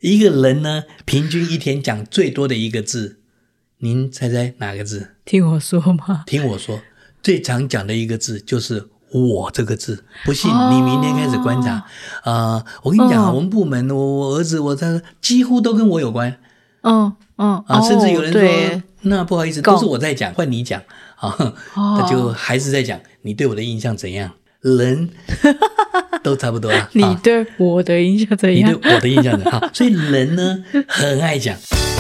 一个人呢，平均一天讲最多的一个字，您猜猜哪个字？ 听我说吗？ 听我说，最常讲的一个字就是我这个字。不信你明天开始观察我跟你讲我们部门我儿子他几乎都跟我有关。甚至有人说那不好意思都是我在讲，换你讲那就还是在讲你对我的印象怎样，人都差不多你对我的印象怎样？ 你对我的印象怎样？所以人呢很爱讲。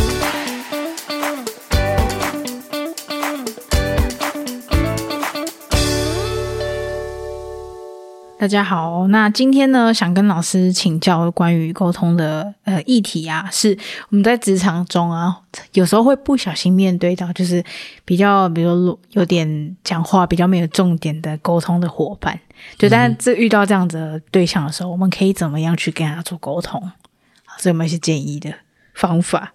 大家好，那今天呢想跟老师请教关于沟通的议题啊，是我们在职场中啊，有时候会不小心面对到就是比如有点讲话比较没有重点的沟通的伙伴，就但是遇到这样子的对象的时候，我们可以怎么样去跟他做沟通？所以有没有一些建议的方法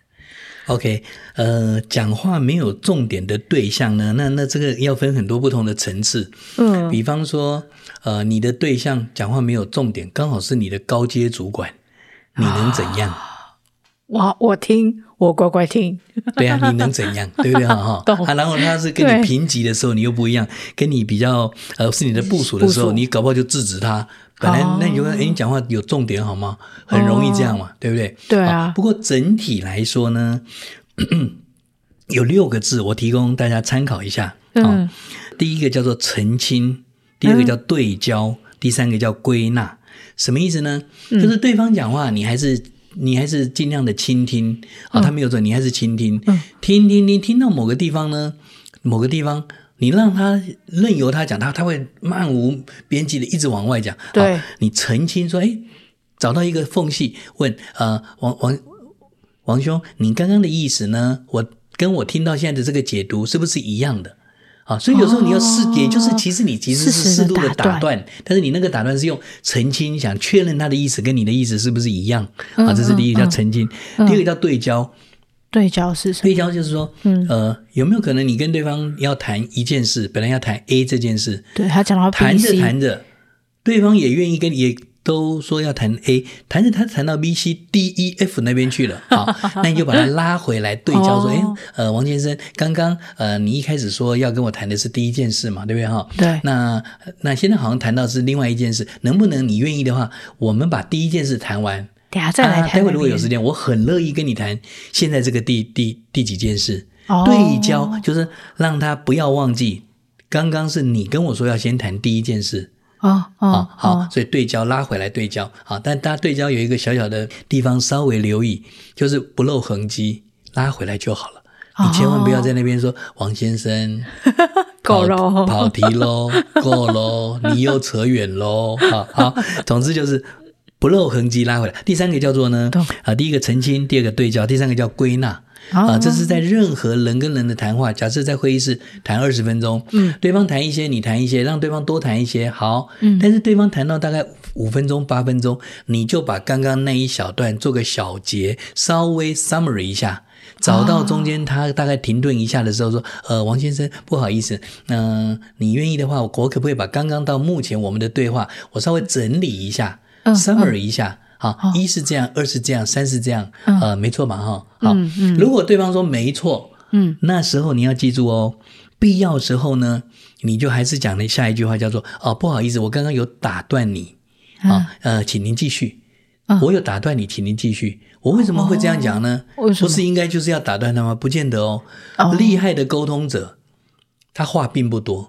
？OK， 讲话没有重点的对象呢，那这个要分很多不同的层次。比方说，你的对象讲话没有重点，刚好是你的高阶主管，你能怎样？ 我听，我乖乖听。 对啊，你能怎样？对不对然后他是跟你平级的时候，你又不一样，跟你比较是你的部属的时候，你搞不好就制止他。本来那你就说，你讲话有重点好吗？很容易这样嘛，对不对？ 对啊。 不过整体来说呢，有6个字，我提供大家参考一下。第一个叫做澄清，第二个叫对焦，第三个叫归纳。什么意思呢？就是对方讲话，你还是尽量的倾听他没有错，你还是倾听，听到某个地方呢，你让他任由他讲，他会漫无边际的一直往外讲。 对， 你澄清说，找到一个缝隙，问王兄，你刚刚的意思呢？我跟我听到现在的这个解读是不是一样的？所以有时候你要也就是其实是适度的打断，但是你那个打断是用澄清，想确认他的意思跟你的意思是不是一样这是第一个叫澄清。第二个叫对焦。 对焦是什么？ 对焦就是说有没有可能你跟对方要谈一件事，本来要谈 A 这件事， 对，他讲到 B C， 谈着对方也愿意跟你也都说要谈 A， 谈着他谈到 B C D E F 那边去了那你就把他拉回来对焦说王先生，刚刚你一开始说要跟我谈的是第一件事嘛，对不对对。 那现在好像谈到是另外一件事，能不能你愿意的话，我们把第一件事谈完， 等下再来谈。 待会如果有时间，我很乐意跟你谈现在这个第几件事。对焦就是让他不要忘记刚刚是你跟我说要先谈第一件事。好，所以对焦拉回来对焦但大家对焦有一个小小的地方稍微留意，就是不露痕迹，拉回来就好了。你千万不要在那边说王先生够咯， 跑题咯，够咯，你又扯远咯。好，总之就是不露痕迹拉回来。第三个叫做呢第一个澄清，第二个对焦，第三个叫归纳。这是在任何人跟人的谈话，假设在会议室谈20分钟，对方谈一些，你谈一些，让对方多谈一些，好，但是对方谈到大概5分钟8分钟，你就把刚刚那一小段做个小结，稍微 summary 一下，找到中间他大概停顿一下的时候说王先生不好意思，你愿意的话，我可不可以把刚刚到目前我们的对话我稍微整理一下summary 一下1是这样，2是这样，3是这样没错嘛好，如果对方说没错那时候你要记住必要时候呢你就还是讲了下一句话叫做不好意思，我刚刚有打断你请您继续我有打断你，请您继续。我为什么会这样讲呢？不是应该就是要打断他吗？不见得厉害的沟通者他话并不多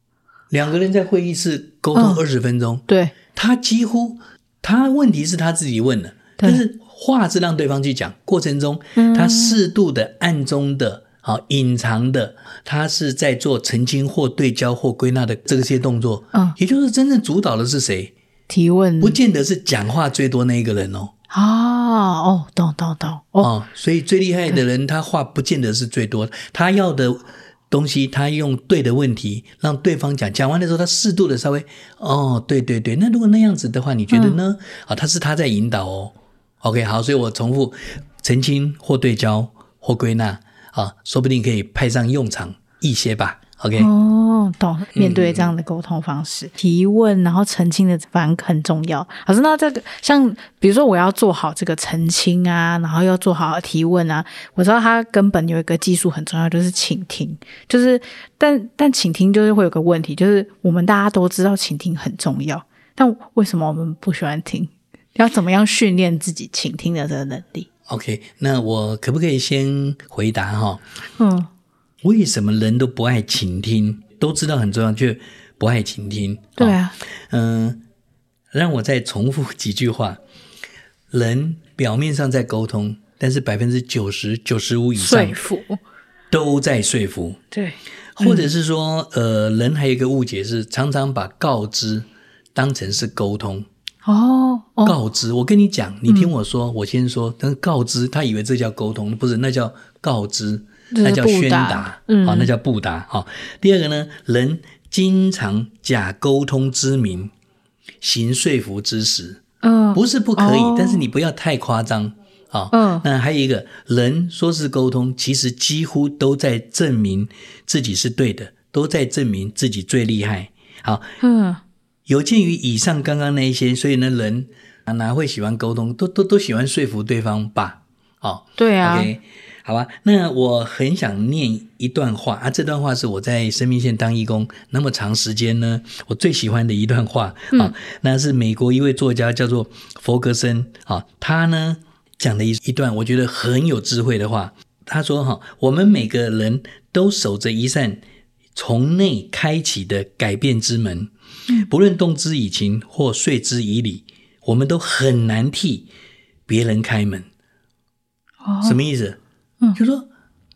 ，2个人在会议室沟通20分钟对， 他问题是他自己问的，但是话是让对方去讲，过程中他适度的暗中的隐藏的，他是在做澄清或对焦或归纳的这些动作也就是真正主导的是谁？ 提问， 不见得是讲话最多那一个人懂所以最厉害的人他话不见得是最多，他要的东西他用对的问题让对方讲完的时候他适度的稍微对，那如果那样子的话你觉得呢他在引导OK 好，所以我重复澄清或对焦或归纳说不定可以派上用场一些吧 OK， 懂，面对这样的沟通方式，提问然后澄清的反而很重要。老师，那这个像比如说我要做好这个澄清啊，然后要做好提问啊，我知道它根本有一个技术很重要，就是倾听，就是但倾听就是会有个问题，就是我们大家都知道倾听很重要，但为什么我们不喜欢听？要怎么样训练自己倾听的这个能力？ OK， 那我可不可以先回答为什么人都不爱倾听？都知道很重要，却不爱倾听。 对啊， 让我再重复几句话。人表面上在沟通，但是90%、95%以上说服都在说服。 对， 或者是说，人还有一个误解是，常常把告知当成是沟通。告知，我跟你讲，你听我说，我先说。但是告知，他以为这叫沟通，不是，那叫告知，那叫宣达，那叫布达。第二个呢，人经常假沟通之名，行说服之实。不是不可以，但是你不要太夸张。那还有一个，人说是沟通，其实几乎都在证明自己是对的，都在证明自己最厉害。好，有鉴于以上刚刚那一些，所以呢，人哪会喜欢沟通？都喜欢说服对方吧？ 对啊。 OK， 好吧。那我很想念一段话这段话是我在生命线当义工那么长时间呢，我最喜欢的一段话那是美国一位作家叫做弗格森他呢讲的一段我觉得很有智慧的话。他说我们每个人都守着一扇从内开启的改变之门，不论动之以情或说之以理，我们都很难替别人开门。什么意思？就是说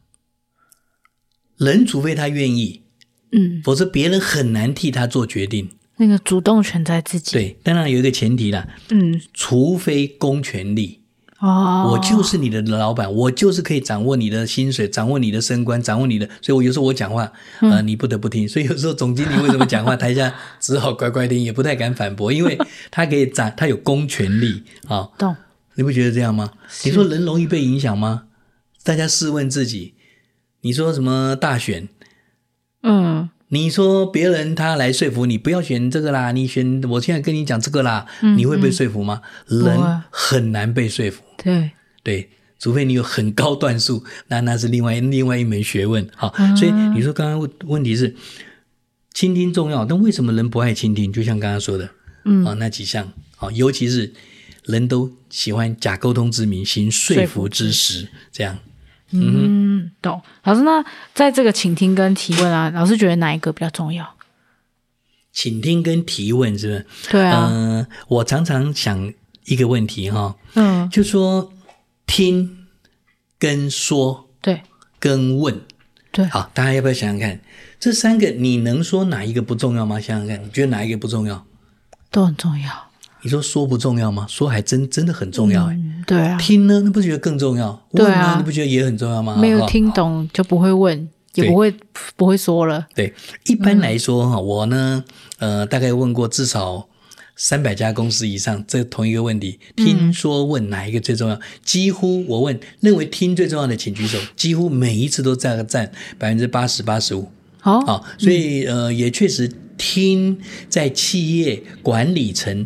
人除非他愿意，否则别人很难替他做决定。 那个主动权在自己。对， 当然有一个前提啦，除非公权力。我就是你的老板，我就是可以掌握你的薪水，掌握你的升官，掌握你的，所以我有时候我讲话你不得不听。所以有时候总经理为什么讲话台下只好乖乖听，也不太敢反驳，因为他可以他有公权力懂？ 你不觉得这样吗？你说人容易被影响吗？大家试问自己，你说什么大选你说别人他来说服你不要选这个啦，你选我现在跟你讲这个啦，你会被说服吗？人很难被说服。对，除非你有很高段数，那是另外一门学问。所以你说刚刚问题是倾听重要，但为什么人不爱倾听？就像刚刚说的那几项尤其是人都喜欢假沟通之名，行说服之实，这样。 懂。老师，那在这个倾听跟提问老师觉得哪一个比较重要？ 倾听跟提问是不是？ 对啊。 我常常想一个问题就说听跟说， 对， 跟问， 对。 好，大家要不要想想看，这三个你能说哪一个不重要吗？想想看，你觉得哪一个不重要？ 都很重要。 你说说不重要吗？说还真的很重要对啊。 听呢，你不觉得更重要？问呢，你不觉得也很重要吗？ 没有听懂就不会问，也不会说了。 对，一般来说我呢大概问过至少300家公司以上这同一个问题，听说问哪一个最重要，几乎我问认为听最重要的请举手，几乎每一次都占 80%、85%。所以也确实听在企业管理层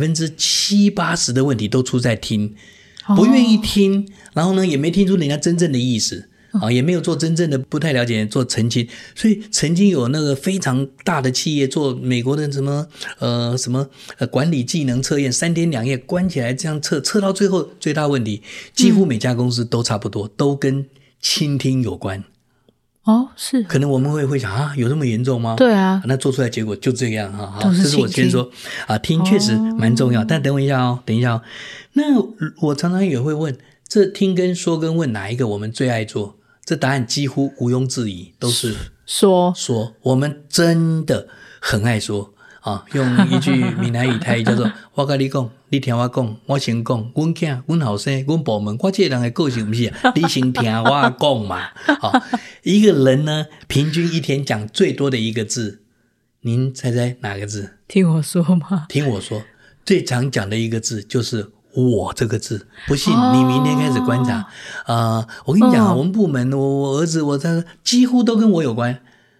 70%、80%的问题都出在听，不愿意听，然后呢也没听出人家真正的意思也没有做真正的不太了解做澄清。所以曾经有那个非常大的企业做美国的什么管理技能测验，3天2夜关起来这样测到最后最大问题几乎每家公司都差不多，都跟倾听有关。 是可能我们会想有这么严重吗？ 对啊， 那做出来结果就这样这是我先说听确实蛮重要，但等我一下等一下那我常常也会问，这听跟说跟问哪一个我们最爱做？这答案几乎毋庸置疑，都是说。我们真的很爱说用一句闽南语台语叫做我跟你讲，你听我讲，我先讲，阮囝、阮后生、阮部门，我这个人的个性不是你先听我讲嘛一个人呢平均一天讲最多的一个字，您猜猜哪个字？ 听我说吗？ 听我说，最常讲的一个字就是我这个字。不信你明天开始观察我跟你讲我们部门我儿子他几乎都跟我有关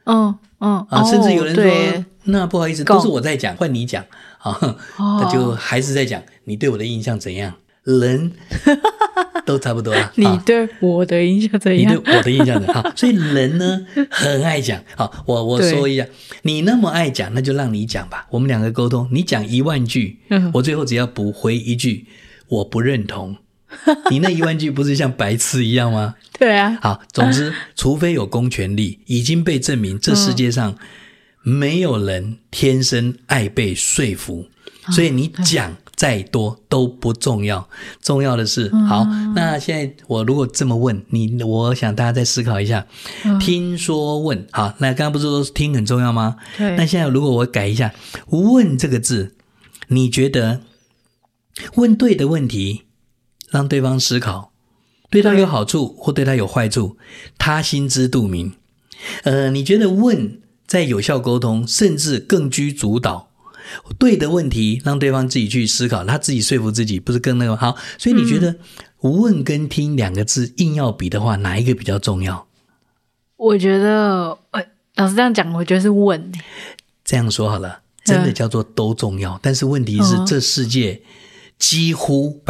甚至有人对说，那不好意思，都是我在讲，换你讲啊，那就还是在讲你对我的印象怎样，人都差不多啦。 你对我的印象怎样？ 你对我的印象怎样？所以人呢很爱讲。好，我说一下，你那么爱讲，那就让你讲吧。我们两个沟通，你讲10000句，我最后只要补回一句，我不认同。你那10000句不是像白痴一样吗？ 对啊。 好，总之，除非有公权力，已经被证明这世界上没有人天生爱被说服，所以你讲再多都不重要，重要的是，好，那现在我如果这么问你，我想大家再思考一下，听说问，好，那刚刚不是说听很重要吗？ 对。 那现在如果我改一下，问这个字，你觉得问对的问题，让对方思考，对他有好处或对他有坏处，他心知肚明。你觉得问在有效沟通，甚至更居主导，对的问题让对方自己去思考，他自己说服自己，不是更那个好？所以你觉得问跟听2个字硬要比的话，哪一个比较重要？ 我觉得老师这样讲，我觉得是问。 这样说好了，真的叫做都重要，但是问题是这世界几乎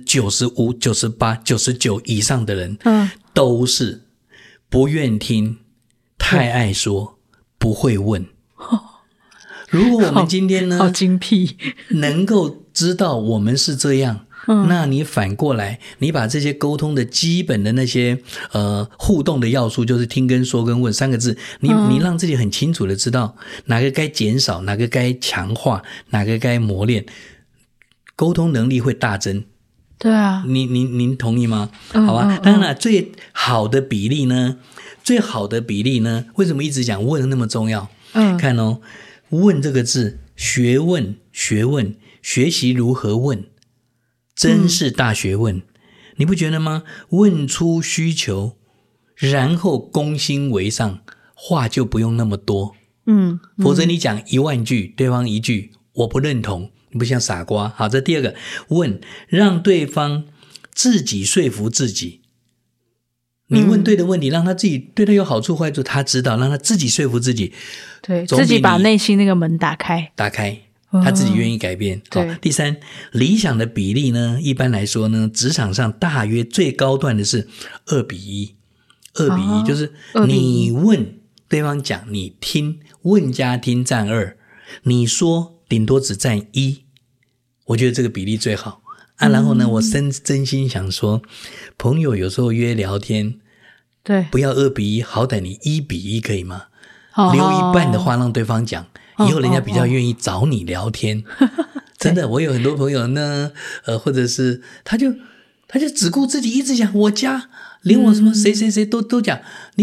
95%、98%、99%以上的人都是不愿听，太爱说，不会问。如果我们今天呢， 好精辟， 能够知道我们是这样，那你反过来，你把这些沟通的基本的那些互动的要素，就是听跟说跟问3个字，你让自己很清楚的知道哪个该减少，哪个该强化，哪个该磨练，沟通能力会大增。 对啊， 您同意吗？好吧，当然了，最好的比例呢，为什么一直讲问那么重要？看哦，问这个字，学问，学习如何问，真是大学问。你不觉得吗？问出需求，然后攻心为上，话就不用那么多。否则你讲10000句，对方1句，我不认同。你不像傻瓜。好，这第2个，问让对方自己说服自己。你问对的问题，让他自己对他有好处坏处，他知道，让他自己说服自己， 对，自己把内心那个门打开， 他自己愿意改变。 对。 第3，理想的比例呢，一般来说呢，职场上大约最高段的是2:1，就是你问对方讲，你听，问加听占2，你说顶多只占1，我觉得这个比例最好。然后呢，我真心想说，朋友有时候约聊天， 对， 不要2:1，好歹你1:1可以吗？留一半的话让对方讲，以后人家比较愿意找你聊天。真的，我有很多朋友呢，或者是他就只顾自己一直讲我家，连我什么谁都讲，你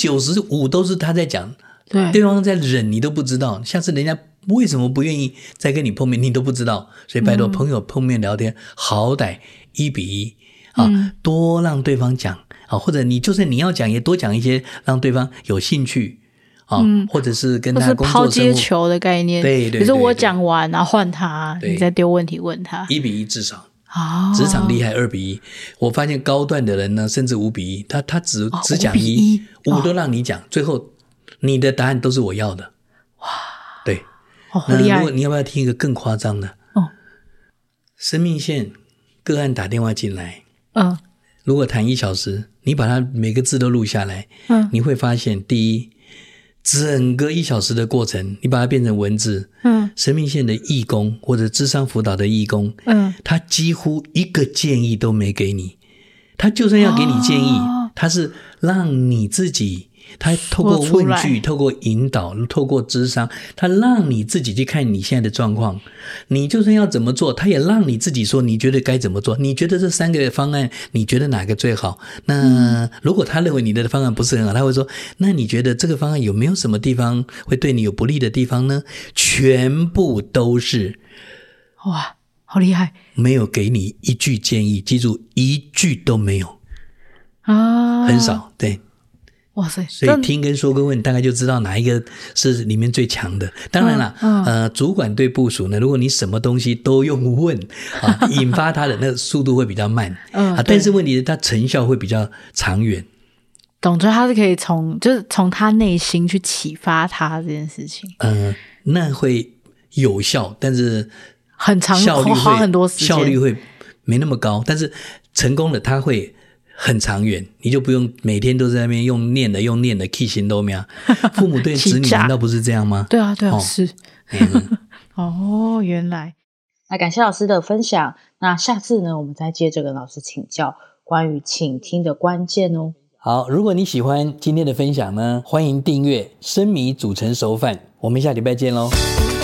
95%都是他在讲，对方在忍，你都不知道。下次人家为什么不愿意再跟你碰面，你都不知道。所以拜托朋友碰面聊天，好歹1:1多让对方讲或者你就算你要讲，也多讲一些，让对方有兴趣或者是跟他工作抛接球的概念。 对， 比如说我讲完，然后换他，你再丢问题问他。 1:1至少。职场厉害2:1，我发现高段的人呢，甚至5:1，他只讲1，5都让你讲，最后你的答案都是我要的。哇，对。 好厉害。 如果你要不要听一个更夸张的？生命线个案打电话进来，如果谈1小时，你把它每个字都录下来，你会发现，第一，整个1小时的过程，你把它变成文字，生命线的义工或者諮商輔導的义工，他几乎一个建议都没给你，他就算要给你建议，他是让你自己。他透过问句，透过引导，透过諮商，他让你自己去看你现在的状况。你就算要怎么做，他也让你自己说你觉得该怎么做。你觉得这3个方案，你觉得哪个最好？那如果他认为你的方案不是很好，他会说，那你觉得这个方案有没有什么地方会对你有不利的地方呢？全部都是。 哇，好厉害。 没有给你一句建议，记住1句都没有很少。对。 哇塞！ 所以听跟说跟问，大概就知道哪一个是里面最强的。当然了，主管对部属呢，如果你什么东西都用问引发他的那个速度会比较慢但是问题是它成效会比较长远。 懂，就他是可以从他内心去启发他这件事情。 那会有效，但是很长，花很多时间， 效率会没那么高，但是成功的他会很长远，你就不用每天都在那边用念的 key 行都没有。父母对子女难道不是这样吗？ 对啊，是。哦，原来。 那感谢老师的分享，那下次呢，我们再接着跟老师请教关于倾听的关键哦。 好，如果你喜欢今天的分享呢，欢迎订阅生米煮成熟饭，我们下礼拜见咯。